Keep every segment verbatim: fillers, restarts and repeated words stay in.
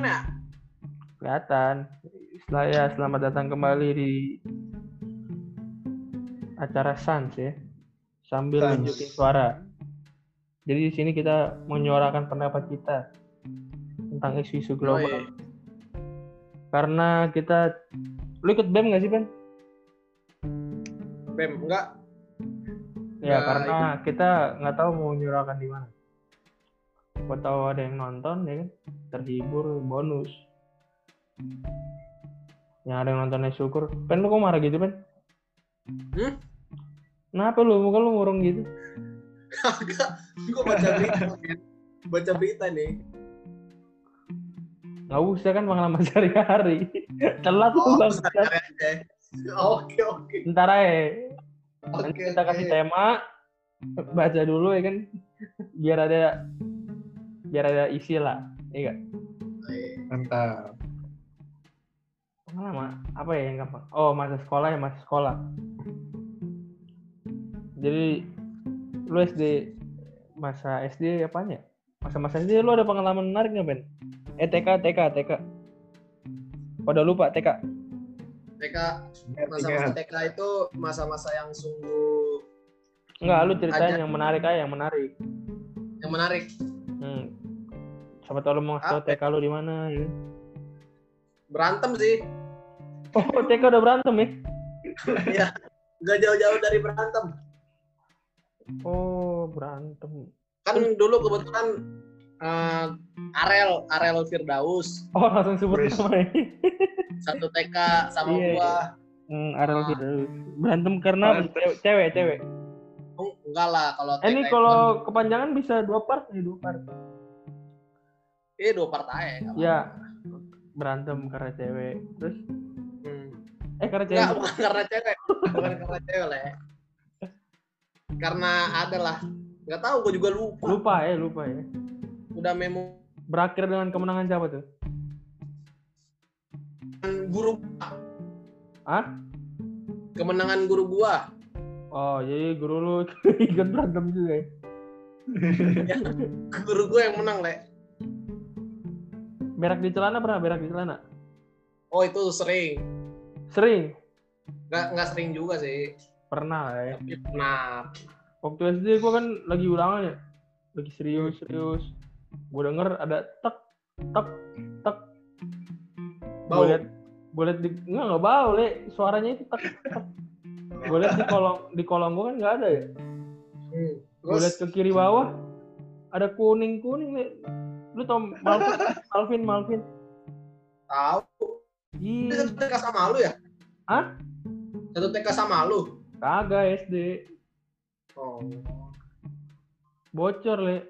kelihatan ya? Kelihatan. Setelah ya selamat datang kembali di acara Sans ya. Sambil Sans. nunjukin suara. Jadi di sini kita menyuarakan pendapat kita tentang isu-isu global. Oh, iya. Karena kita, lu ikut B E M nggak sih, Ben? B E M enggak? Ya, Nggak karena kita nggak tahu mau menyuarakan di mana. Kau tahu ada yang nonton ya kan, terhibur, bonus. Yang ada yang nontonnya syukur. Ben, lu kok marah gitu, Ben? Hmm? Kenapa lu? Muka lu murung gitu? Kagak. Gue baca berita. Men. Baca berita nih. Nggak usah kan pengalaman sehari-hari. Telat Oh, tuh bang. Oke, oke. Ntar aja. Nanti Oke, kita kasih oke. tema, baca dulu ya kan, biar ada biar ada isi lah, iya gak? Mantap. Pengalaman apa ya yang gampang? Oh, masa sekolah ya masa sekolah. Jadi lu S D, masa S D apanya? Masa-masa S D lu ada pengalaman menarik nggak, Ben? Eh T K, T K, T K. Pada lupa T K. T K, masa-masa T K itu masa-masa yang sungguh Enggak, lu ceritain Aja. yang menarik aja, yang menarik. yang menarik. Hmm. Siapa tahu lu mau ngasih tau T K lu di mana ya. Berantem sih. Oh, T K udah berantem ya? Iya. Nggak jauh-jauh dari berantem. Oh, berantem. Kan dulu kebetulan uh, Arel, Arel Firdaus, Oh, langsung sebut Wes. namanya. satu T K sama Iya. gua. Hmm, Arel Firdaus. Berantem karena apa? Cewek, cewek, cewek. Oh, enggak lah kalau T K. Eh, ini itu kalau kan- kepanjangan bisa dua part nih, dua part. Iya, dua partai. nggak Ya, apa-apa. berantem karena cewek. Terus Hmm. eh karena Enggak, cewek. bukan karena cewek. Bukan karena cewek lah ya. Karena ada lah. Nggak tahu, gua juga lupa. Lupa ya, lupa ya. Udah memo Berakhir dengan kemenangan siapa tuh? guru. Hah? Kemenangan guru gua. Oh, jadi guru lu ikut berantem juga ya? Guru gua yang menang, Le. Berak di celana pernah berak di celana? Oh, itu sering. Sering? Nggak, nggak sering juga sih. Pernah lah ya. Tapi pernah. Waktu S D gua kan lagi ulangan ya. Lagi serius-serius. Gua denger ada tek, tek, tek. Bau. Gue liat, gue liat di, enggak nggak bau le, suaranya itu tek, tek. Gue liat di kolong, di kolong gue kan nggak ada ya. Hmm. Gue liat Terus ke kiri bawah, ada kuning kuning le. Lu tau Malvin, Malvin, Malvin. tahu. Ini Ih, satu T K sama lu ya? Hah? Satu T K sama lu? Kagak S D, Oh. bocor le.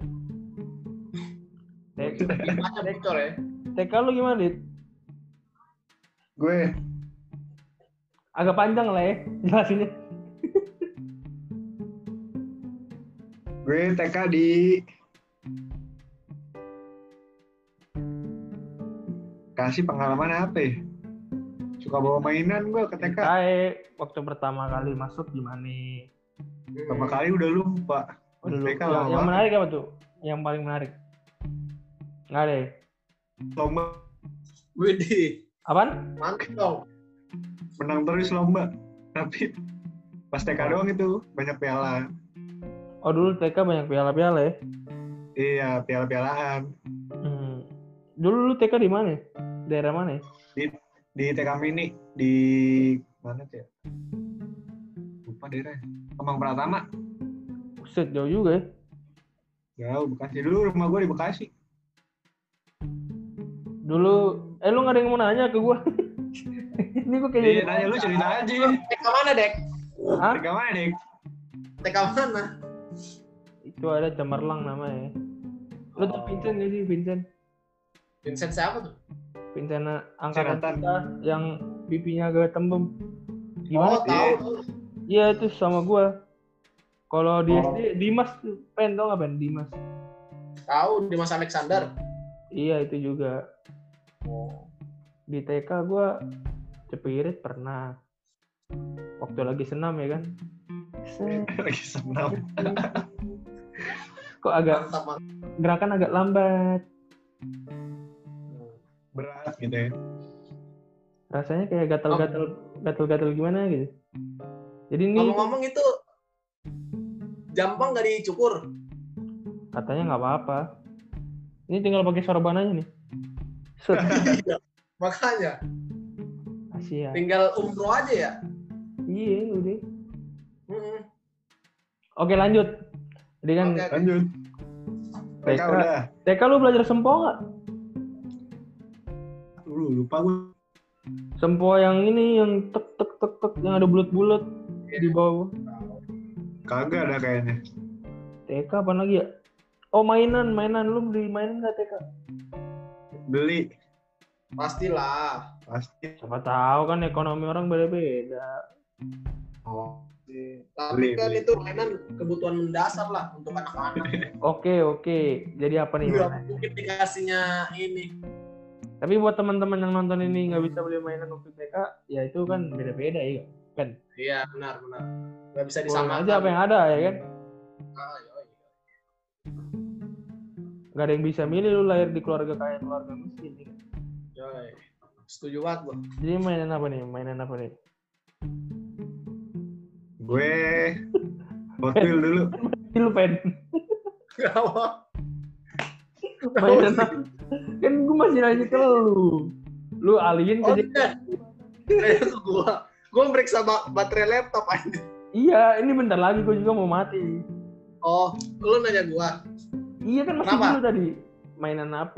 T K, Gimana bocor ya? T K lu gimana dit? Gue Agak panjang lah ya, jelasinnya. gue T K di kasih pengalaman apa ya? Suka bawa mainan gue ke T K. Kayak waktu pertama kali masuk gimana? Pertama kali udah lupa. Oh, dulu. T K Yang, lama yang banget. menarik apa tuh? Yang paling menarik? Nggak ada ya? Lomba Widih, Apaan? mantap dong. menang terus lomba. Tapi pas T K doang itu banyak piala. Oh dulu T K banyak piala-piala ya? Iya, piala-pialaan. Hmm. Dulu lu T K di mana? Daerah mana? Di T K Mini di mana tuh ya? Lupa daerahnya. Kemang Pratama. Buset, jauh juga ya. Jauh Bekasi. Dulu rumah gue di Bekasi. Dulu, eh lu gak ada yang mau nanya ke gua. Ini gua kayak Iya, jadi- nanya lu cerita aja. T K mana, Dek? Hah? T K mana, Dek? T K mana? Itu ada Cemerlang namanya. Lu tau Oh. Vincent gak sih, Vincent? Vincent siapa tuh? Vincent uh, angkatan Sinatan. kita yang pipinya agak tembem. Oh, Gimana? tahu. Iya itu sama gua. Kalau di Oh. S D, Dimas tuh. Pen, tau gak Ben? Dimas. Tahu di Mas Alexander. Iya itu juga. Oh. Di T K gua cepirit pernah. Waktu lagi senam ya kan. Set. Lagi senam. Kok agak Mantap, mantap. gerakan agak lambat. gitu ya. Rasanya kayak gatal-gatal gatal-gatal gimana gitu. Jadi ini Ngomong-ngomong itu jampang nggak dicukur? katanya nggak apa-apa. Ini tinggal pakai sorban aja nih. Set. Iya, makanya Asia. tinggal umroh aja ya. Iya, udah. Mm-mm. Oke, lanjut. Jadi kan Oke, oke. Lanjut. T K T K, udah. T K lu belajar sempo nggak? Lu lupa gue. Sempo yang ini yang tek tek tek tek yang ada bulat-bulat di bawah. Kagak ada kayaknya. T K apa lagi ya? Oh, mainan, mainan lu beli mainan nggak T K? Beli. Pastilah. Pasti. Siapa tahu kan ekonomi orang beda-beda. Oh. Tapi Beli, kan beli. itu mainan kebutuhan mendasar lah untuk anak-anak. Oke, oke. Jadi apa nih? Nggak mainan? mungkin dikasihnya ini. Tapi buat teman-teman yang nonton ini nggak bisa beli mainan waktu T K, ya itu kan beda-beda ya, kan? Iya, benar, benar. Nggak bisa Boleh disamakan. aja apa yang ada ya kan? Ah, yoi. Gak ada yang bisa milih lu lahir di keluarga kaya keluarga miskin. Ya kan? Yoi. Setuju banget gua. Jadi mainan apa nih? Mainan apa nih? Gue Hot Wheel dulu. Ini lu pen. Kenapa? Mainan apa? Kan gue masih nanya ke lu. Lu alien Oh, ke iya. Itu gua. Gua meriksa ba- baterai laptop aja. Iya, ini bentar lagi gue juga mau mati. Oh, lu nanya gua. Iya kan masih Kenapa? dulu tadi. Mainan apa?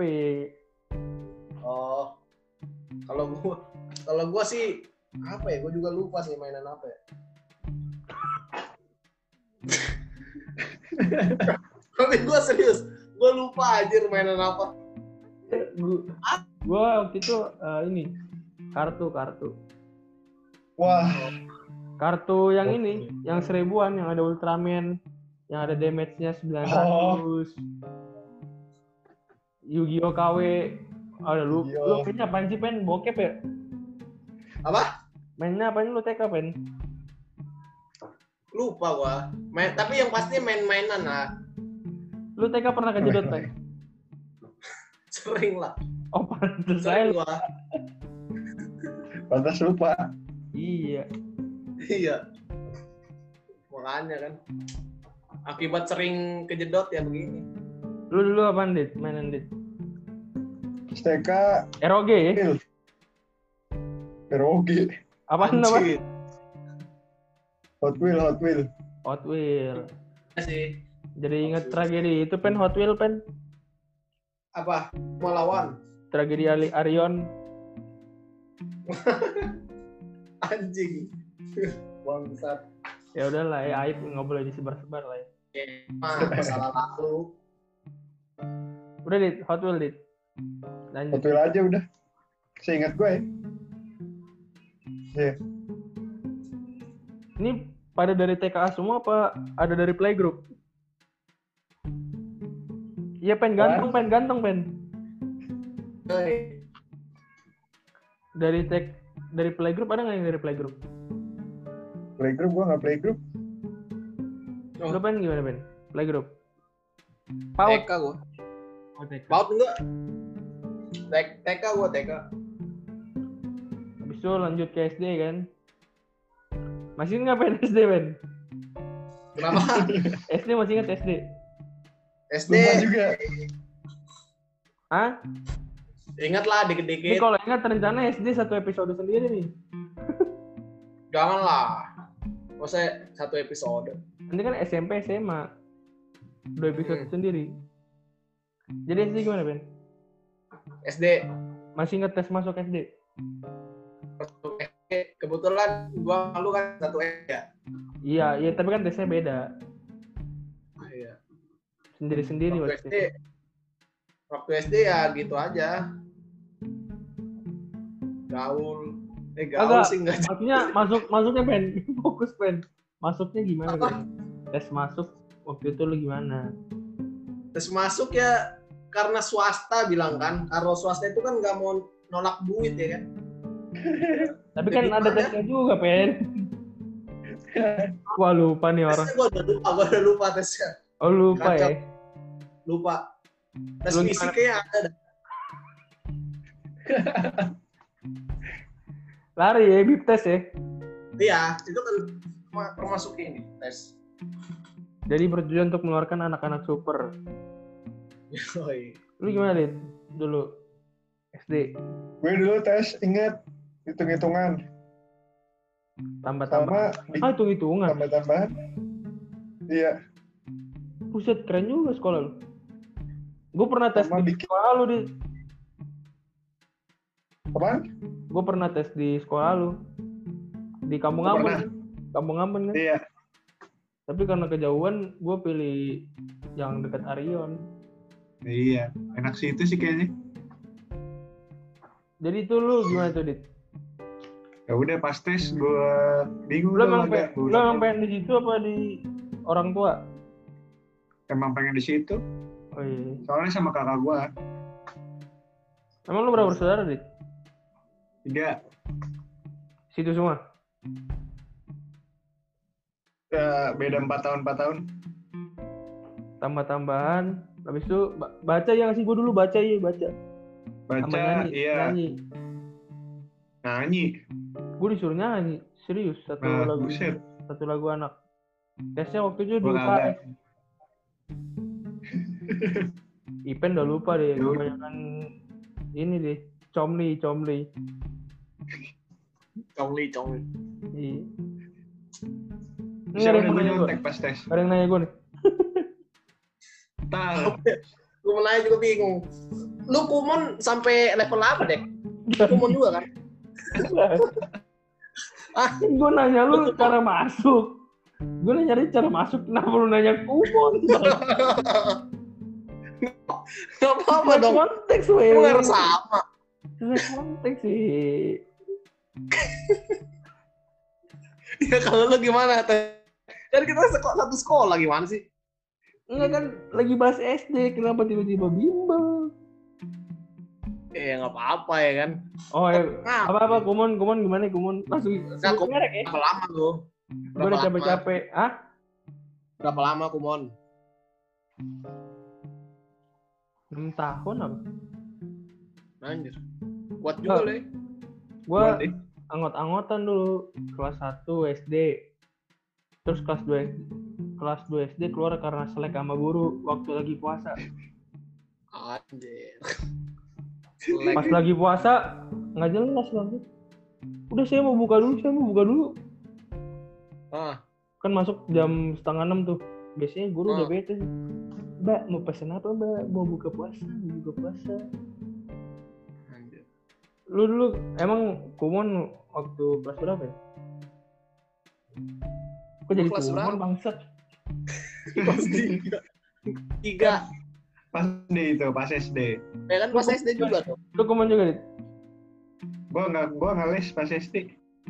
Oh. Kalau gua kalau gua sih apa ya? Gua juga lupa sih mainan apa ya. Tapi gua serius, gua lupa anjir mainan apa. Gue gua waktu itu eh, ini kartu kartu Wah. kartu yang ini yang seribuan yang ada Ultraman yang ada damage-nya sembilan ratus Yu-Gi-Oh K W ada lu Yu-Gi-Oh. lu mainnya apaan sih pen bokep ya Apa? mainnya apaan lu T K pen Lupa gua. Main, tapi yang pasti main-mainan lah. lu T K pernah kejedot pen Sering lah. oh pantes Sering saya gua. Pantas lupa. iya Iya. Makanya kan. Akibat sering kejedot ya begini. lu dulu apaan dit mainan dit Terus T K R O G ya R O G. apaan apa Anjir. Hot Wheel, Hot Wheel. Hot Wheel Iya sih. jadi inget tragedi itu pen Hot Wheel pen Apa? Melawan. tragedi Ali Arion Anjing. Bangsat. ya udahlah ya aib nggak boleh disebar-sebar lah ya Mah, masalah lalu. udah dit Hot Wheel dit lanjut Hot Wheel aja udah. Seingat gue ya. Iya. ini pada dari T K A semua apa ada dari playgroup iya pen ganteng pen ganteng pen Hei. dari tek dari playgroup ada nggak yang dari playgroup Playgroup gue nggak playgroup. Oh. lu pen gimana pen playgroup T paut K gua. oh, T K. Paut enggak? T- TK gua T K. habis itu lanjut ke S D kan masih nggak pen S D pen Kenapa? S D masih ingat S D S D. Lupa juga. ah Ingat lah ini dikit-dikit. kalau ingat rencana S D satu episode sendiri nih Jangan lah. Masa satu episode. nanti kan S M P S M A dua episode Hmm. sendiri jadi S D gimana pen S D. masih ingat tes masuk S D Kebetulan gua malu kan satu S ya. iya iya tapi kan tesnya beda Iya. sendiri-sendiri Waktu S pasti D. Waktu S D ya gitu aja. Gaul. Eh gaul Agak. sih enggak. maksudnya masuk masuknya pen fokus pen masuknya gimana Apa? pen tes masuk waktu itu lu gimana Terus masuk ya karena swasta bilang kan. Kalau swasta itu kan nggak mau nolak duit ya kan. tapi kan Jadi ada mana? tesnya juga pen wah lupa nih orang Tesnya gua udah lupa, gua udah lupa tesnya. oh lupa Kacau. ya Lupa. Tes Lu fisik gimana? kayaknya ada dah. Lari ya, bip tes ya. Iya, itu kan termasuk ini tes. Jadi bertujuan untuk mengeluarkan anak-anak super. Yoi. Lu gimana, Dit? Dulu S D Gue dulu tes ingat hitung-hitungan tambah-tambah. sama di- Ah, hitung-hitungan. tambah-tambahan. Iya, Buset, keren juga sekolah lu. Gue pernah tes Sama di bikin- sekolah lu, Dit. apaan? Gue pernah tes di sekolah lu. Di Kampung Lu Ambon. pernah? Kampung Ambon kan. Iya. Tapi karena kejauhan, gue pilih yang dekat Arion. Iya, enak sih itu sih kayaknya. Jadi itu lu gimana tuh, Dit? Ya udah pas tes gue bingung. Lu tuh emang, agak. pe- lu emang pengen di situ apa di orang tua? Emang pengen di situ. Oh iya. Soalnya sama kakak gue. Emang lu berapa bersaudara, Dit? Tiga. Situ semua? Ya, beda empat tahun empat tahun. Tambah-tambahan. Habis itu ba- baca ya nggak sih? Gue dulu baca iya baca. Sama Baca, nyanyi, iya. nyanyi. Nyanyi. Gue disuruh nyanyi. Serius, satu Nah, lagu. buset. Satu lagu anak. Tesnya waktu itu di Gue U K S. kagak. Ipen udah lupa deh. Yaudah. Kebanyakan ini deh. Comli, comli. Congli, congli. Iya. Ini Siapa ada yang yang gue nanya gue. nyontek pas tes? Ada yang nanya gue nih. Tahu. Gue mau nanya juga bingung. Lu kumon sampai level apa, Dek? Kumon juga kan? Ah, gue nanya lu cara masuk. Gue nanya nyari cara masuk. Kenapa lu nanya kumon? Gak apa-apa Sesuai dong. konteks, weh. Lu harus sama. Sesuai konteks sih. Ya kalau lu gimana, Teh? Kan kita sekolah, satu sekolah gimana sih? Enggak kan lagi bahas S D, kenapa tiba-tiba bimbel? Eh, nggak apa-apa ya kan? Oh ya, Nah, apa-apa kumon, kumon gimana kumon? Langsung Nah, sebut Kumon. merek ya? berapa lama lu? Gue Berapa udah lama? capek-capek. Ah? Berapa lama kumon? enam tahun apa? Anjir. Kuat juga, Oh. Le. Gue Buat deh. anggot-anggotan dulu. Kelas satu S D. Terus kelas dua kelas dua S D keluar karena selek sama guru waktu lagi puasa. Anjir. Pas lagi puasa nggak jelas banget. Udah saya mau buka dulu, saya mau buka dulu. Ah, Kan masuk jam setengah enam tuh. Biasanya guru udah Ah. bete. Mbak mau pesen apa mbak? Mau buka puasa, mau buka puasa. anjir. Lu dulu emang kumon waktu kelas berapa ya? Kok jadi Kelas kumon berapa? bangsat? Pas tiga. Tiga. Pas D itu, pas S D. Ya kan pas S D juga tuh. Lu kumon juga, Dit? Gua nggak, gua nggak les pas S D.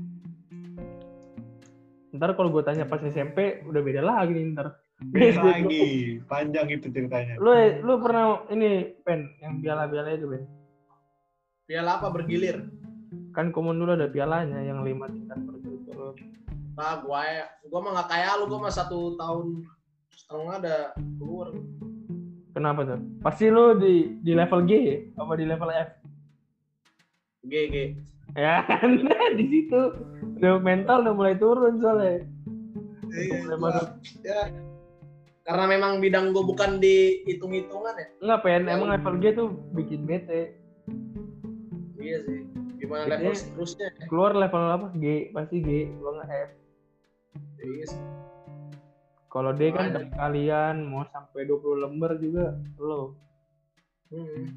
Ntar kalau gue tanya pas S M P udah beda lagi nih ntar. Beda lagi, panjang itu ceritanya. Lu lu pernah ini pen yang piala-piala itu, Ben? Piala apa bergilir? Kan kumon dulu ada pialanya yang lima tingkat berturut-turut. Nah, gua ya, gua mah nggak kayak lu, gua mah satu tahun setengah ada keluar. Kenapa tuh? Pasti lu di di level G apa di level F? G G. Ya kan di situ udah mental udah mulai turun soalnya. Iya, Udah gua- masuk. ya. Karena memang bidang gua bukan di hitung-hitungan ya. Enggak pen, emang level G tuh bikin bete. Iya sih. Gimana Jadi- level seterusnya? ya? Keluar level apa? G, pasti G, kalau nggak F. Iya sih. Kalau D kan Ada. dari kalian mau sampai dua puluh lembar juga lo. Hmm.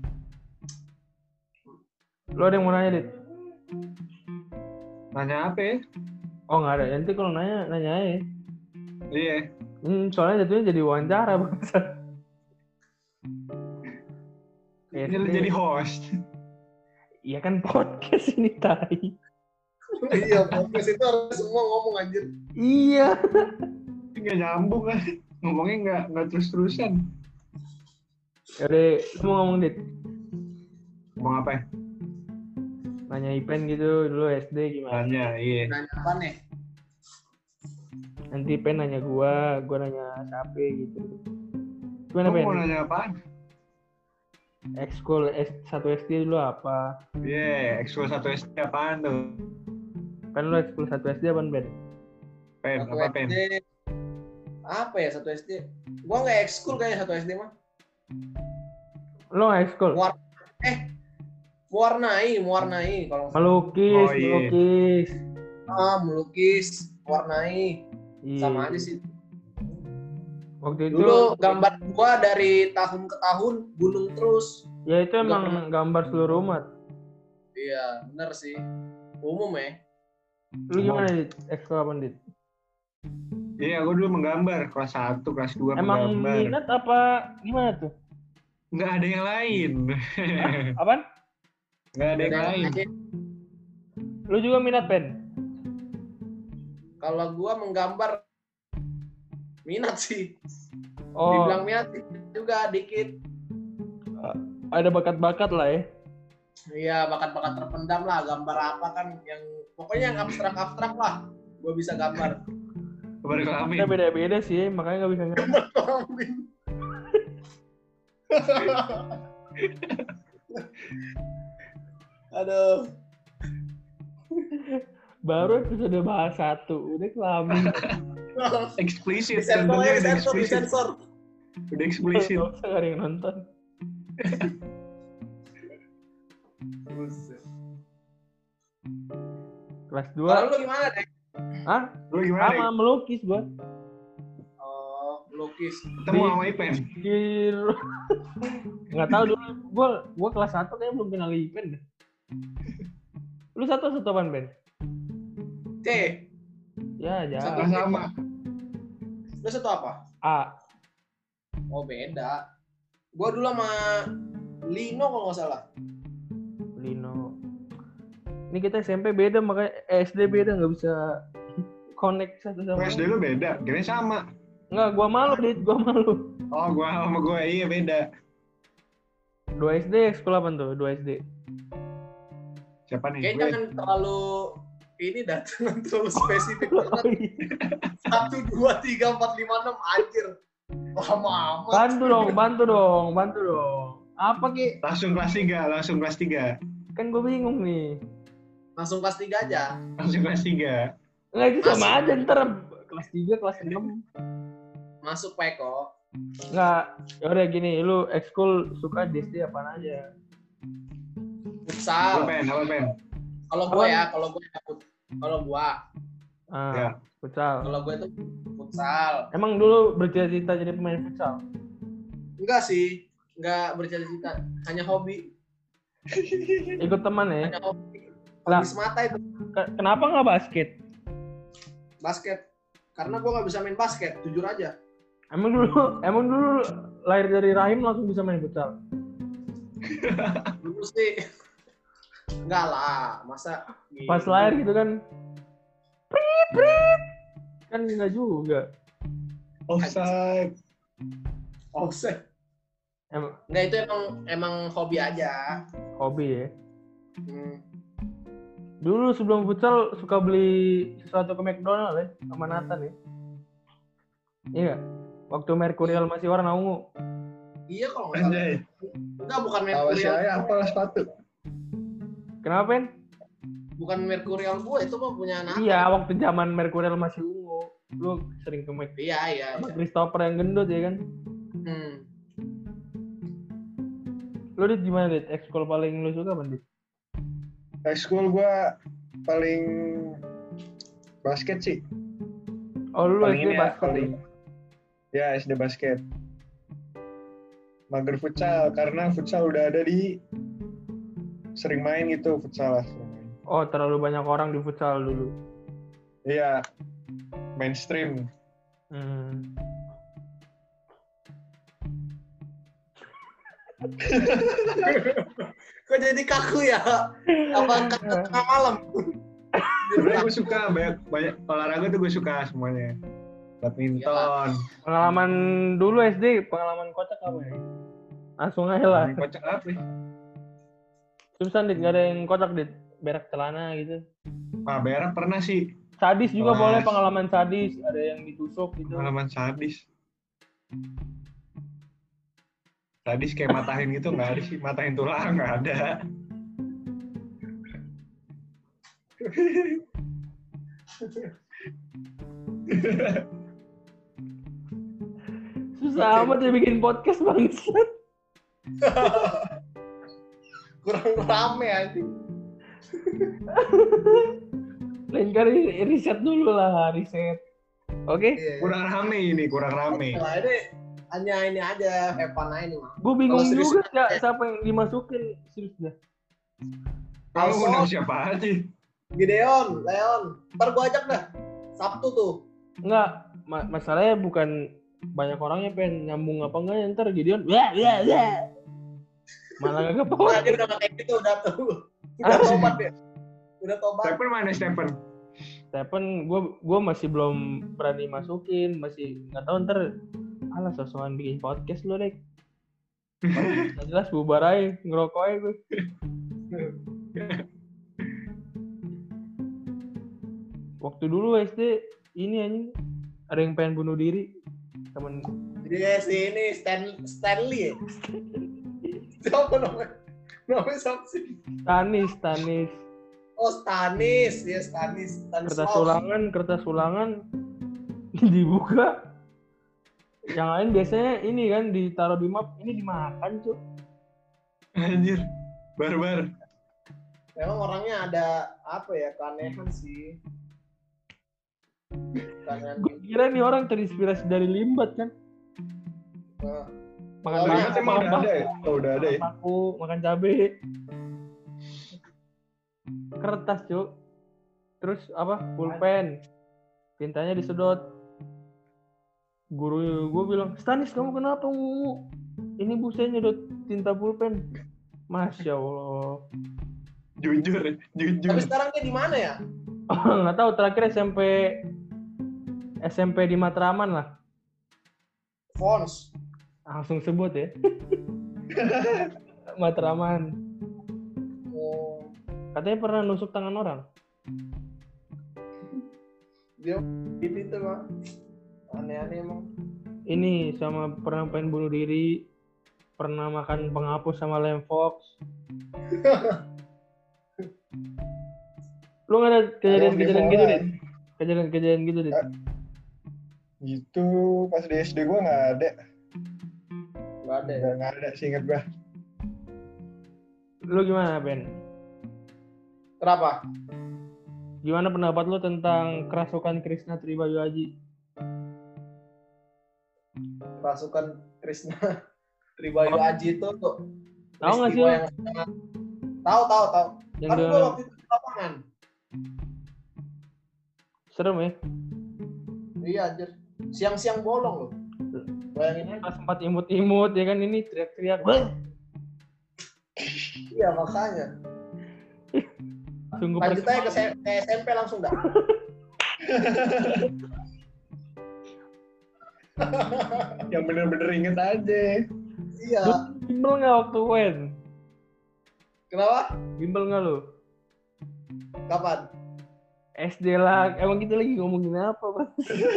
Lo ada yang mau nanya, Dit? Nanya apa ya? Oh nggak ada, nanti kalau nanya, nanya aja. Iya. Hmm, soalnya jatuhnya jadi wawancara, bangsa. Ini lu jadi host. Iya kan podcast ini, tai. Iya, podcast itu harus semua ngomong anjir. Iya. Nggak nyambung kan? Ngomongnya nggak nggak terus-terusan. Yaudah, lu mau ngomong, Dit? Ngomong apa ya? Nanya Ipen gitu, dulu S D gimana? Nanya, iya. Nanya apa nih? Nanti Pen nanya gua, gua nanya Sape gitu. Gimana, Kamu Pen? mau nanya apaan? ekskul S satu S D dulu apa? Iya, yeah, ekskul satu S D apaan tuh? Pen lu ekskul satu S D apaan, Ben? Pen, Satu apa pen? S D apa ya satu S D? Gua nggak ekskul kayaknya satu S D mah. Lu nggak ekskul? War- eh, mewarnai, mewarnai kalau nggak salah. Melukis, Oh, iya. melukis. Ah, melukis, mewarnai, Iya. sama aja sih. Waktu itu Dulu gambar gua dari tahun ke tahun gunung terus. ya itu Nggak emang pernah. gambar seluruh umat. Iya, bener sih. Umum ya. Lu gimana, Dit? Ekskul apa, Dit? Iya, gue dulu menggambar kelas satu, kelas dua Emang menggambar. minat apa gimana tuh? Nggak ada yang lain. Apaan? Nggak ada yang Ada lain. yang- Lu juga minat, Ben? Kalau gua menggambar minat sih. Oh, Dibilang minat sih juga dikit. ada bakat-bakat lah ya. Iya, bakat-bakat terpendam lah. Gambar apa kan yang pokoknya yang abstrak-abstrak lah. Gua bisa gambar. Kabar kelamin. Kita beda-beda sih, makanya nggak bisa ngambil. Aduh. Baru episode bahas satu, udah kelamin. Eksplisit. Disensor tentunya ya, udah disensor, eksplisit. disensor. Udah eksplisit. Nggak usah, nggak ada yang nonton. Buset. Kelas Kalau dua, lu gimana deh? ah, Lu gimana? sama melukis gua. Oh, melukis. Ketemu sama Ipen. Kir. Nggak tahu dulu, gua gua kelas satu kayaknya belum kenal Ipen deh. Lu satu satu apaan, Ben? C. Ya, Satu. ya. Sama. Lu satu apa? A. Oh, beda. Gua dulu sama Lino kalau nggak salah. Lino. Ini kita S M P beda, makanya eh, S D beda, nggak bisa connect satu sama S D lain. lu beda, kira sama. Nggak, gua malu, Dit, gua malu. Oh, gua sama gua iya beda. Dua S D, sekolah apa tuh? Dua S D. Siapa nih? Kayaknya Gue. jangan terlalu ini dah, jangan terlalu spesifik Oh, banget. iya. Satu, dua, tiga, empat, lima, enam, anjir. Lama amat. Bantu dong, bantu dong, bantu dong. Apa Ki? Langsung kelas tiga, langsung kelas tiga. Kan gue bingung nih. Langsung kelas tiga aja. Langsung kelas tiga. Nggak, itu sama Masuk. aja ntar. Kelas tiga, kelas enam. Masuk Peko. Nggak, yaudah gini, lu ekskul suka di S D apaan aja? Apa Futsal. pen? Apa pen? Kalau gue Apaan? ya, kalau gue kalau gue, Ah, Ya. futsal. kalau gue itu futsal. Emang dulu bercita-cita jadi pemain futsal? Enggak sih, enggak bercita-cita, hanya hobi, Ikut teman ya? hanya hobi. Lah. Hobi semata itu Ke- Kenapa nggak basket? basket. Karena gue nggak bisa main basket, jujur aja. Emang dulu, emang dulu lahir dari rahim langsung bisa main futsal? Dulu sih, enggak lah, masa. Pas lahir gitu kan? Prit, prit. Kan nggak juga. Offside. Offset. Emang Enggak, itu emang emang hobi aja. hobi ya. Hmm. Dulu sebelum futsal suka beli sesuatu ke McDonald ya, sama Nathan ya. Iya. Waktu Mercurial masih warna ungu. Iya kalau nggak salah. Anjay. Enggak, bukan Awas Mercurial. ya, apalah sepatu. Kenapa, Ben? Bukan Mercurial gue, itu mah punya anak. Iya, waktu zaman Mercurial masih ungu. Lu sering ke Mac. Iya, iya, Sama iya. Christopher yang gendut ya kan? Hmm. Lu Dit gimana, Dit? Ekskul paling lu suka apa, Dit? High school gua paling basket sih. Oh, lu Paling S D ini ya, basket paling ya S D basket. Mager futsal karena futsal udah ada di sering main gitu futsal lah. sering main. Oh, terlalu banyak orang di futsal dulu. Iya. Mainstream. Hmm. Kok jadi kaku ya? Apa kata tengah malam? Sebenarnya gue suka banyak banyak olahraga tuh gue suka semuanya. Badminton. Pengalaman dulu S D, pengalaman kocak apa ya? Langsung aja lah. Yang kocak apa? ya? Susah, Dit. Gak ada yang kocak, Dit. Berak celana gitu. Ah, berak pernah sih. Sadis juga Kelas. boleh, pengalaman sadis. Ada yang ditusuk gitu. Pengalaman sadis. Tadi kayak matahin gitu nggak ada sih, matahin tulang nggak ada. Susah amat ya bikin podcast bangsat. Kurang rame anjing. Lain kali riset dulu lah, riset. Oke? Iya. Kurang rame ini, kurang rame. Nah, ini hanya ini aja, have fun aja nih, Mang. Gue bingung Kalau serius- juga ya, siapa yang dimasukin serius dah. Kalau Alson. undang siapa aja? Gideon, Leon. Ntar gua ajak dah. Sabtu tuh. Enggak, ma- masalahnya bukan banyak orangnya pengen nyambung apa enggak ya, ntar Gideon wah wah wah malah gak Nah, kebawa. dia udah gak kayak gitu, udah tuh. Udah tobat dia. Udah tobat. Stephen mana Stephen? Stephen gue gue masih belum berani masukin, masih nggak tahu ntar alah sosokan bikin podcast lo deh. Nggak jelas bubar aja, ngerokok aja gue. Waktu dulu S D ini anjing ada yang pengen bunuh diri temen. Jadi ya si ini Stan, Stanley ya? Siapa namanya? Namanya siapa sih? Stanis, Stanis. Oh Stanis, ya Stanis. Stanis Kertas ulangan, kertas ulangan dibuka. Yang lain biasanya ini kan ditaruh di map, ini dimakan cuy. Anjir, barbar. Memang orangnya ada apa ya, keanehan sih. Keanehan Gue kira nih orang terinspirasi dari Limbat kan. gitu. Makan Oh, bangku, iya, Ternyata emang udah ada ya? Oh, udah ada ya? makan bangku, makan cabe. Kertas cuy. Terus apa? Pulpen. Tintanya disedot. Guru gue bilang, Stanis kamu kenapa Ngu? Ini bu saya nyedot tinta pulpen. Masya Allah. Jujur, jujur. Tapi sekarang dia di mana ya? Nggak tahu, terakhir S M P S M P di Matraman lah. Fons. Langsung sebut ya. Matraman. Oh, Katanya pernah nusuk tangan orang. dia ini tuh mah aneh-aneh emang. Ini sama pernah pengen bunuh diri. Pernah makan penghapus sama lem Fox. Lu nggak ada kejadian-kejadian gitu deh? Kejadian-kejadian gitu deh? Gitu, pas di S D gue nggak ada. Gak ada ya? Nggak nggak ada sih, inget gue. Lu gimana Ben? Kenapa? Gimana pendapat lu tentang kerasukan Krishna Tribayu Aji? Pasukan Krishna Tribayu Aji itu tuh Tahu nggak sih peristiwa lu? yang sangat tahu tahu tahu. Yang Kan dia gua waktu itu di lapangan. serem ya? Iya anjir. Siang-siang bolong loh. Bayangin aja. Pas sempat imut-imut ya kan, ini teriak-teriak. Wah! Iya makanya. Sungguh Lanjut aja ke, perkembangan. se- ke S M P langsung dah. Yang bener-bener inget aja. Iya. Bimbel nggak waktu U N? Kenapa? Bimbel nggak lu? Kapan? S D lah. Emang kita lagi ngomongin apa, Bang?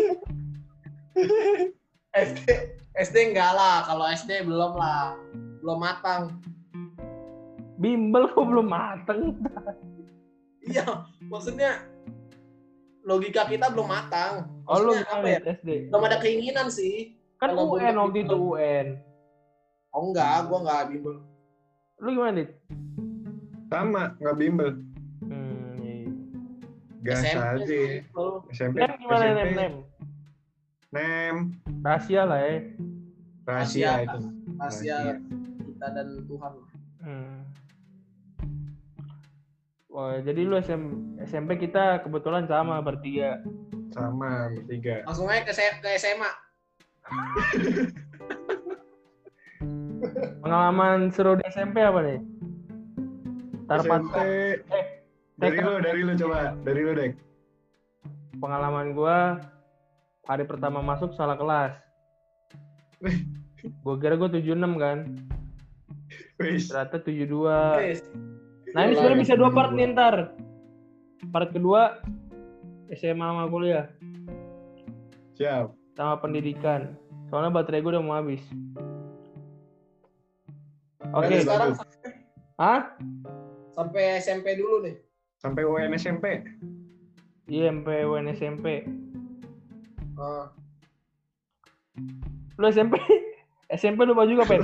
S D S D enggak lah. Kalau S D belum lah. Belum matang. Bimbel kok belum mateng? Iya. Maksudnya logika kita belum matang. Oh, lu Maksudnya apa gimana ya? S D? Belum ada keinginan sih. Kan Kalau U N belum waktu itu bimbel. U N. Oh enggak, gua enggak bimbel. Lu gimana, Dit? Sama, nggak bimbel. Hmm, iya. Gas S M P aja. sih. S M P. Nem gimana, S M P. Nem? Nem? Nem. Rahasia lah ya. Rahasia Rahasia. itu. Rahasia kita dan Tuhan. Hmm. Wah, jadi lu S M S M P kita kebetulan sama bertiga. Sama, bertiga. Langsung aja ke, ke S M A. Pengalaman seru di S M P apa nih? Tarpat S M P. eh Dari T K. lu, dari lu coba. Dari lu, Dek. Pengalaman gua hari pertama masuk salah kelas. Gua kira gua tujuh enam kan. Wis. Ternyata tujuh dua. Guys, Nah, ini sebenarnya bisa dua part nih ntar. Part kedua S M A sama kuliah Siap. sama pendidikan. Soalnya baterai gua udah mau habis. Oke. Dari sekarang Hah? sampai S M P dulu nih. Sampai U N S M P. Iya, sampai U N S M P. Ah. Lu S M P? S M P lupa juga, Pen.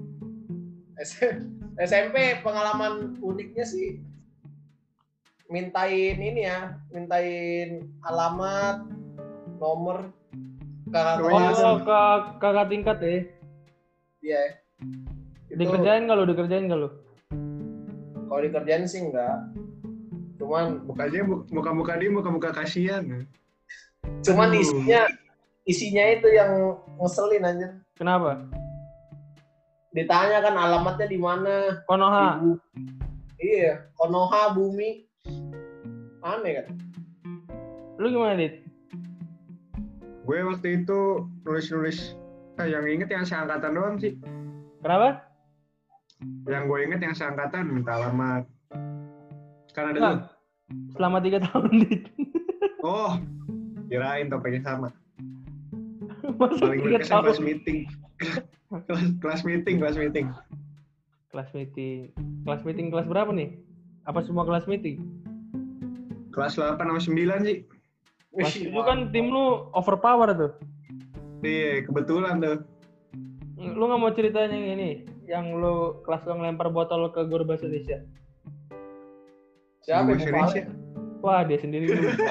S M P pengalaman uniknya sih mintain ini ya, mintain alamat, nomor kakak Oh, kelas. Oh, kakak, kakak tingkat ya. Iya. Itu Dikerjain nggak lu? Dikerjain nggak lu? kalau dikerjain sih enggak. Cuman Mukanya muka-muka dia muka-muka kasihan. cuman Aduh. isinya isinya itu yang ngeselin aja. Kenapa? Ditanya kan alamatnya di mana? Konoha. Di Bu- Iya, Konoha Bumi. Aneh kan? Lu gimana, Dit? Gue waktu itu nulis-nulis, eh, yang inget yang seangkatan doang sih. Kenapa? Yang gue inget yang seangkatan minta alamat. Kan ada Enggak. tuh. Selama tiga tahun, Dit. Oh, kirain topiknya sama. Masa Paling tiga berkesan kelas tahun? meeting. kelas, kelas meeting, kelas meeting. Kelas meeting. Kelas meeting kelas berapa nih? Apa semua kelas meeting? Kelas delapan sama sembilan sih. Kelas Wih, tujuh kan tim lu overpower tuh. Iya, kebetulan tuh. Lu nggak mau ceritain yang ini? Yang lu kelas lu ngelempar botol ke guru bahasa Indonesia? siapa Guru yang bahasa lupa? Indonesia. Wah, dia sendiri lupa.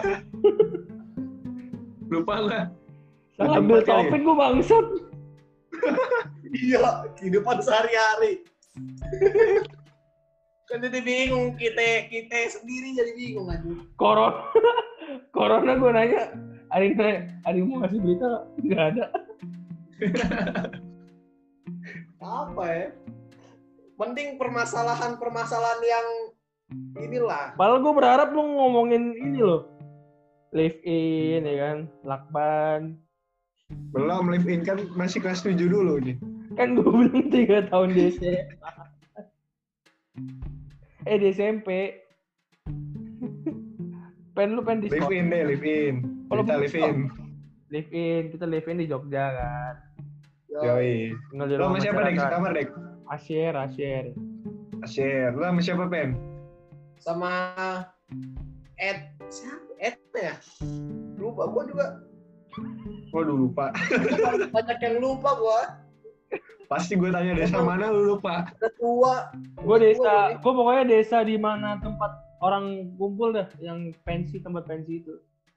Lupa lah. Salah ambil Tempat kali ya? topik gua bangsat. Iya, kehidupan sehari-hari. Kan jadi bingung kita kita sendiri jadi bingung aja. Corona. Corona gua nanya, ada yang nanya, ada yang mau ngasih berita? Nggak ada. Apa ya? Mending permasalahan-permasalahan yang inilah. Padahal gua berharap lu ngomongin ini loh. Live in, ya kan? Lakban. Belum live in kan masih kelas tujuh dulu nih. Kan gua bilang tiga tahun di S M P. Eh, di S M P. Pen lu pen di Live sekolah. in deh, live in. Kalau Kita bukan- live in. Live in, kita live in di Jogja kan. Yoi. Tinggal di Lo rumah sama siapa dek? masyarakat. Sekamar dek? Asyir, asyir. Share. Lo sama siapa Pen? Sama Ed siapa Ed ya? Lupa gua juga. Waduh lupa. Banyak yang lupa gua. Pasti gue tanya desa mana lu lupa. Udah tua. Gue desa, gue pokoknya desa di mana tempat orang kumpul dah, yang pensi, tempat pensi itu.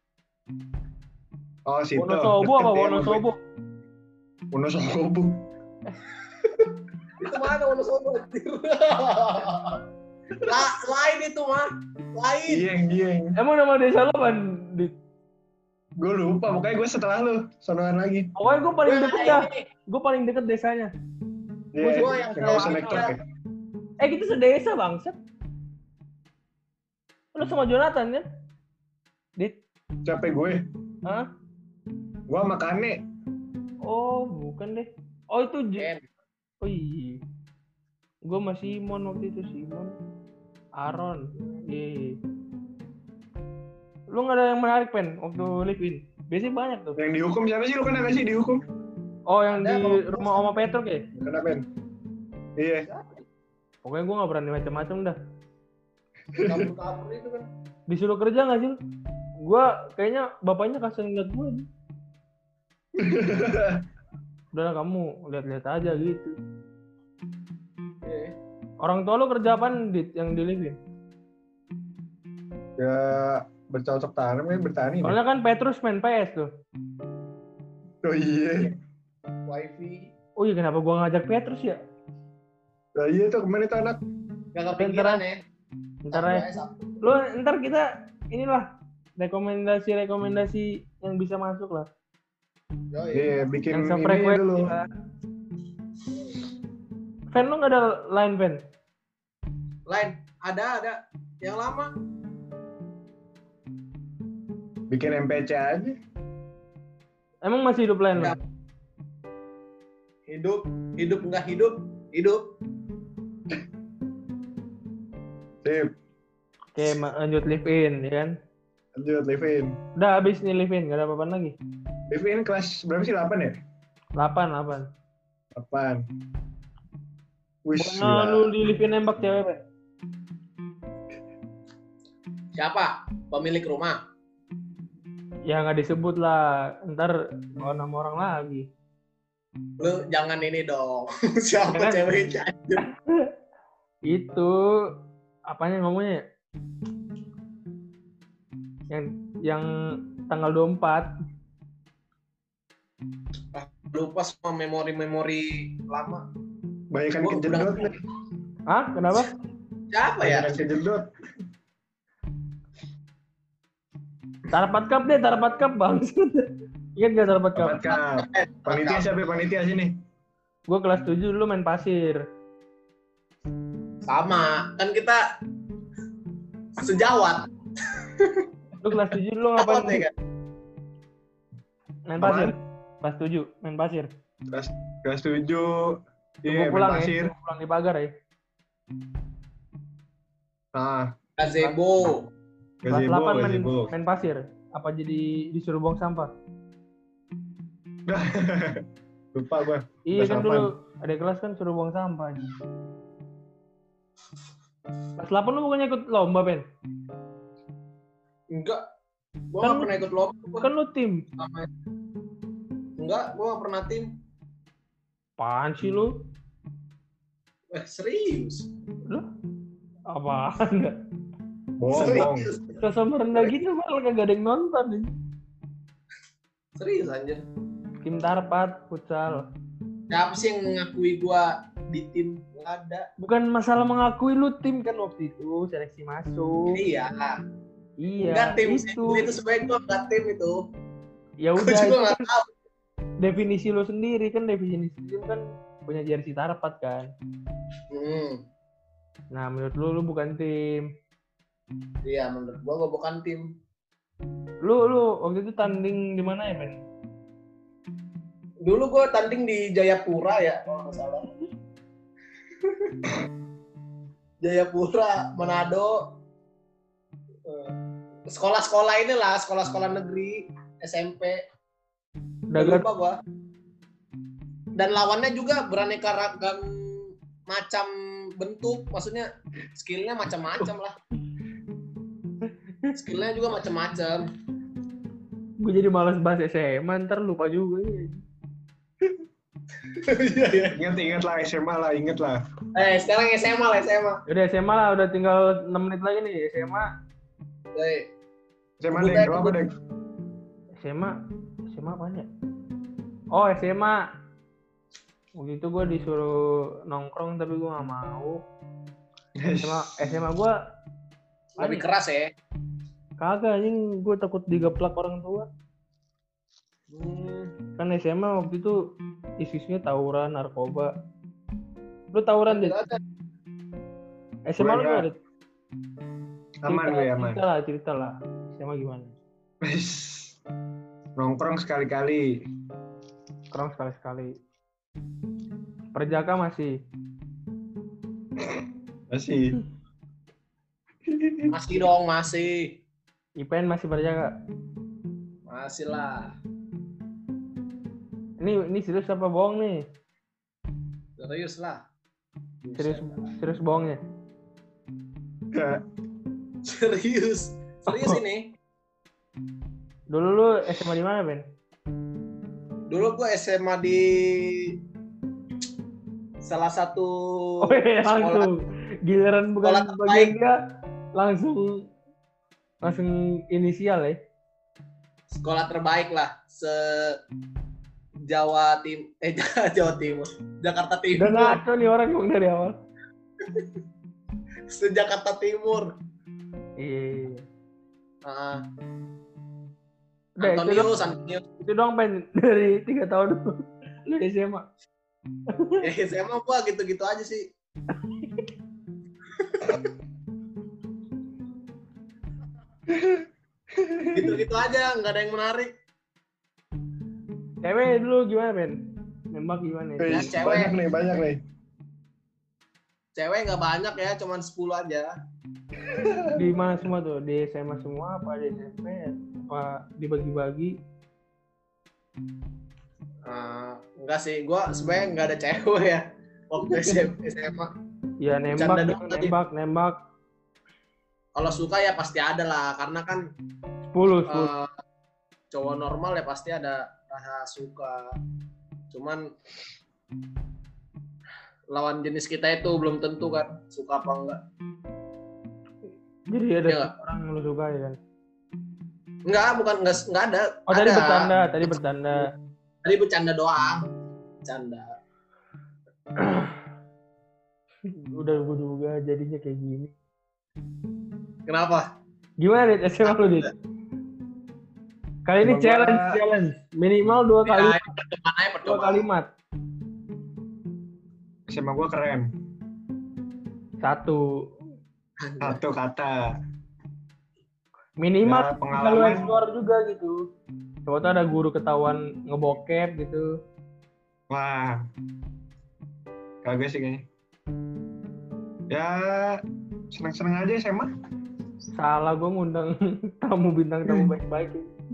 Oh situ. Wonosobo apa Wonosobo? Wonosobo. Itu mana Wonosobo? La, lain itu mah. Lain. Dieng, dieng. Emang nama desa lo kan? Gue lupa, pokoknya gue setelah lu, sonoan lagi. Pokoknya gue paling Gua deket lain dah. nih. Gue paling deket desanya. Iya, Gua yang nggak usah kayak naik truk ya. Eh kita sedesa bangsat. Lu sama Jonathan kan? Dit? Capek gue. Hah? Gue sama Kane. Oh bukan deh. Oh itu J- Ken. Oh iya. Gue sama Simon waktu itu, Simon. Aaron. Iya. Lu gak ada yang menarik, Pen, waktu live in? Biasanya banyak tuh. Yang dihukum siapa sih? Lu kena gak sih dihukum? Oh yang Ada, di kalau- rumah Oma Petruk ya? Kena Pen. Iya. Pokoknya gue gak berani macam-macam dah. Kabur-kabur itu kan. Disuruh kerja gak sih lu? Gue kayaknya bapaknya kasih ngeliat gue. Udah kamu lihat-lihat aja gitu. Iya. Orang tua lu kerja apaan, Dit, yang di live in? Ya bercocok tanam kan bertani. nih. Soalnya kan Petrus main P S tuh. Oh iya. Wifi. Oh iya, kenapa gua ngajak Petrus ya? Nah iya tuh kemarin itu anak. Gak kepikiran ya. Ntar ya. Lu ntar kita inilah rekomendasi-rekomendasi yang bisa masuk lah. Iya bikin Yang ini sefrekuensi dulu. lah. Fan lu nggak ada line fan? Lain. Ada, ada. Yang lama. Bikin M P C aja. Emang masih hidup line lu? Ya. Hidup. Hidup nggak hidup. Hidup. Sip. Oke, ma- lanjut live in, ya kan? Lanjut live in. Udah habis nih live in, nggak ada apa-apa lagi. Live in kelas berapa sih? delapan ya? delapan, delapan. delapan. Wih, Bukannya lu di live nembak cewek, Ben? Siapa? Pemilik rumah. Ya nggak disebut lah, ntar bawa nama orang lagi. Lu jangan ini dong. Siapa Ya kan? ceweknya? anjir? Itu apanya ngomongnya? Yang yang tanggal dua puluh empat. Lupa semua memori-memori lama. Banyakan Gua kejedot udah- nih. Hah? Kenapa? Siapa ya? Banyakan kejedot. Tarapat Cup deh, Tarapat Cup bang. Ingat gak Tarapat Cup? Dapat Kak. Panitia siapa panitia sini? Gue kelas tujuh dulu main pasir. Sama. Kan kita sejawat. Lu kelas tujuh lu Sejawat ya ngapain? kan? Main pasir. Apaan? Kelas tujuh main pasir. Kelas kelas tujuh. Iya, Tunggu main pulang ya. pasir. Tunggu pulang di pagar ya. Ah, Gazebo. Kelas gazebo, delapan main, gazebo. main pasir. Apa jadi disuruh buang sampah? Lupa gua. Iya Kelas kan delapan. dulu ada kelas kan suruh buang sampah. Kelas delapan lu bukannya ikut lomba, Ben? Enggak. Gua Kan- nggak pernah ikut lomba. Gua. Kan lu tim. Sama- Enggak, gua nggak pernah tim. Apaan sih lu? Eh, serius. Lu? Apaan enggak? Bohong, bohong. Serius. Sosok merendah gitu malah kagak ada yang nonton. Nih. Serius anjir. Tim Tarpat, futsal. Siapa sih yang mengakui gua di tim? Nggak ada. Bukan masalah mengakui lu tim kan waktu itu seleksi masuk. Iya. Iya. Enggak tim itu. itu. Itu sebenarnya gua nggak tim itu. Ya Gua udah juga itu nggak kan tahu. definisi lu sendiri kan definisi tim kan punya jersey Tarpat kan. Hmm. Nah menurut lu lu bukan tim. Iya, menurut gua gua bukan tim. Lu lu waktu itu tanding di mana ya Ben? Dulu gua tanding di Jayapura ya, kalau nggak salah. Jayapura, Manado. Eh, Sekolah-sekolah inilah, sekolah-sekolah negeri, S M P. Udah Dagat lupa gua. Dan lawannya juga beraneka ragam macam bentuk, maksudnya skillnya macam-macam lah. Skillnya juga macam-macam. gue jadi malas bahas S M A ntar lupa juga ya. Iya, iya. Ingat ingat lah S M A lah, ingat lah. Eh, sekarang S M A lah, S M A. Udah S M A lah udah tinggal enam menit lagi nih S M A. Baik. S M A Sebut deh, aja, berapa sebut. deh? S M A S M A apaan ya? Oh S M A waktu itu gue disuruh nongkrong tapi gue nggak mau. S M A S M A gue Lebih keras ya. kagak anjing gue takut digeplak orang tua. Hmm. Kan S M A waktu itu isu-isunya tawuran narkoba. Lu tawuran deh. S M A lu Gue ada Aman gue, aman. cerita lah cerita lah S M A gimana? Wis. Nongkrong sekali-kali. Kurang sekali-sekali. Perjaka masih. Masih. Masih dong, masih. I P N masih perjaka. Masih lah. Ini ini serius apa bohong nih? Serius lah. Serius serius bohongnya. Serius. Serius ini. Dulu lu S M A di mana, Ben? Dulu gua S M A di salah satu Oh iya, sekolah. langsung. Giliran bukan sekolah bagian terbaik. dia langsung langsung inisial ya. Sekolah terbaik lah se Jawa Tim eh Jawa Timur. Jakarta Udah Timur. ngaco nih orang emang dari awal. Se Jakarta Timur. Iya. Heeh. Udah, itu, doang, Antonius, Antonius. itu doang Ben dari tiga tahun lu S M A. Ya S M A gua gitu-gitu aja sih. Gitu-gitu aja, nggak ada yang menarik. Cewek dulu gimana, Ben? Nembak gimana? Ya, Wis, cewek. banyak nih, banyak nih. Cewek nggak banyak ya, cuman sepuluh aja. Di mana semua tuh? Di S M A semua apa di S M P? Apa dibagi-bagi? Uh, enggak sih, gua sebenarnya nggak ada cewek ya. Waktu S M A. Ya nembak Bercanda gitu, doang tadi. nembak, nembak. Kalau suka ya pasti ada lah, karena kan sepuluh, sepuluh. eh, cowok normal ya pasti ada rasa suka. Cuman lawan jenis kita itu belum tentu kan suka apa enggak. Jadi ada Iya nggak? orang yang lu suka ya kan? Enggak, bukan enggak, enggak ada. Oh tadi Ada. bercanda, tadi bercanda. Tadi bercanda doang. Bercanda. Udah gue duga jadinya kayak gini. Kenapa? Gimana Dit? S M A lu Dit? Kali ini Sama gua- challenge, challenge. Minimal dua kali, Ya, percobaan aja dua percobaan. kalimat. S M A gue keren. Satu. Satu kata. Minimal Ya, bisa lu pengalaman. explore juga gitu. Coba tuh ada guru ketahuan ngebokep gitu. Wah. Kagak sih kayaknya. Ya, seneng-seneng aja S M A. Salah gue ngundang tamu bintang tamu baik-baik.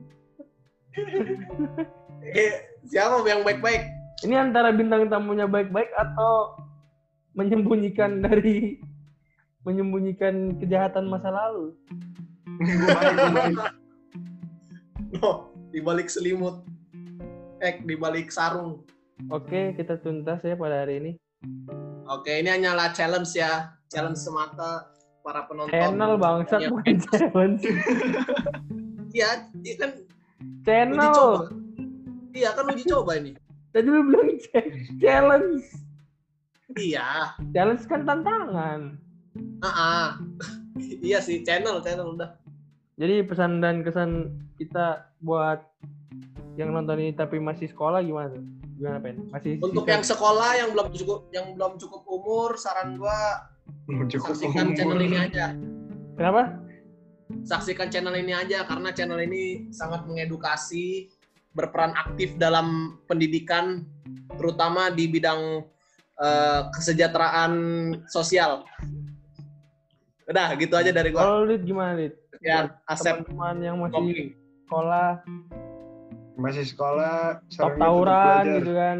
Eh, siapa yang baik-baik? Ini antara bintang tamunya baik-baik atau menyembunyikan dari menyembunyikan kejahatan masa lalu. Gue baik, gue baik. No, di balik selimut. Eh, di balik sarung. Oke, kita tuntas ya pada hari ini. Oke, ini hanyalah challenge ya. Challenge semata para penonton. Channel bangsat Yang- bukan challenge. Iya, iya kan uji coba. Channel. Iya kan uji coba ini. Tadi lu bilang ch- challenge. Iya. Challenge kan tantangan. Ah, iya sih, channel, channel udah. Jadi pesan dan kesan kita buat yang nonton ini tapi masih sekolah gimana tuh? Gimana Pen? Masih Untuk sisa- yang sekolah yang belum cukup yang belum cukup umur, saran gua Cukup saksikan umur. channel ini aja. Kenapa? Saksikan channel ini aja karena channel ini sangat mengedukasi, berperan aktif dalam pendidikan, terutama di bidang eh, kesejahteraan sosial. Udah, gitu aja dari gua. Kalau Lid gimana Lid? Ya, Asep Teman-teman yang masih Kopling. sekolah, Masih sekolah, top seringnya tawuran tetap belajar. gitu kan.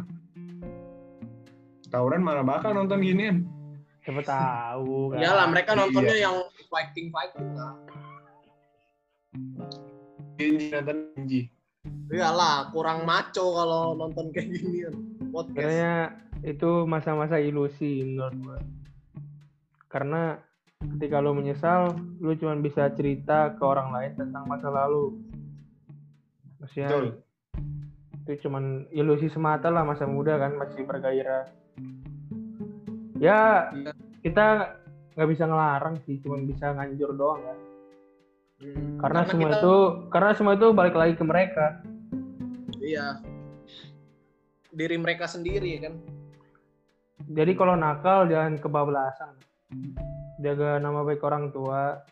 Tawuran mana bakal nonton ginian. Siapa tahu kan. Iyalah, mereka Iya. nontonnya yang fighting-fighting lah. Genji nonton Genji. Iyalah, kurang maco kalau nonton kayak ginian. Podcast. Sebenarnya itu masa-masa ilusi menurut gua. Karena ketika lu menyesal, lu cuma bisa cerita ke orang lain tentang masa lalu. Maksudnya Betul. itu cuman ilusi semata lah, masa muda kan masih bergairah. Ya Iya. kita nggak bisa ngelarang sih, cuma bisa nganjur doang kan. Hmm, Karena, semua kita- itu karena semua itu balik lagi ke mereka. Iya. Diri mereka sendiri kan. Jadi kalau nakal jangan kebablasan. Jaga nama baik orang tua.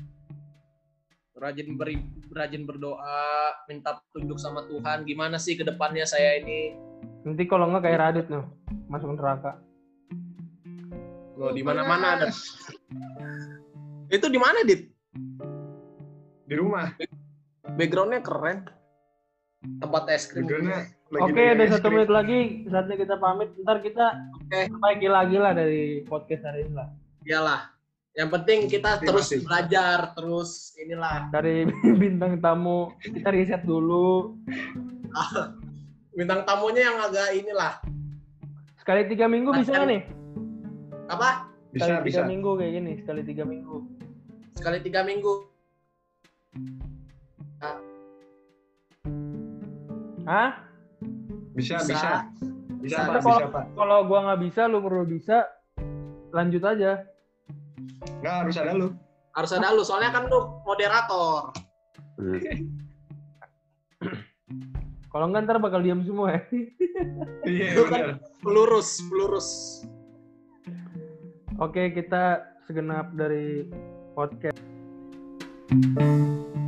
Rajin beri, rajin berdoa, minta petunjuk sama Tuhan. Gimana sih ke depannya saya ini? Nanti kalau nggak kayak Radit noh, masuk neraka. Loh, di mana-mana ada. Itu di mana, Dit? Di rumah. Background-nya keren. Tempat es krim. Background-nya lagi Oke, dagang ada es satu krim. menit lagi. Saatnya kita pamit. Ntar kita Oke. perbaiki lagi lah dari podcast hari ini lah. Iyalah. Yang penting kita Terima terus kasih. belajar, terus inilah. Dari bintang tamu kita riset dulu. Bintang tamunya yang agak inilah. Sekali tiga minggu bisa nggak nih? Apa? Bisa, Sekali bisa. tiga minggu kayak gini. Sekali tiga minggu. Sekali tiga minggu. Hah? Bisa, Bisa. bisa. Bisa, Bisa. Pak. Kalau Bisa, Pak. kalau gua nggak bisa, lu perlu bisa. Lanjut aja. Nggak, harus ada lu. Harus ada lu, soalnya kan lu moderator. Kalau nggak ntar bakal diam semua ya. Iya, Lu kan benar. pelurus, pelurus. Oke, kita segenap dari podcast.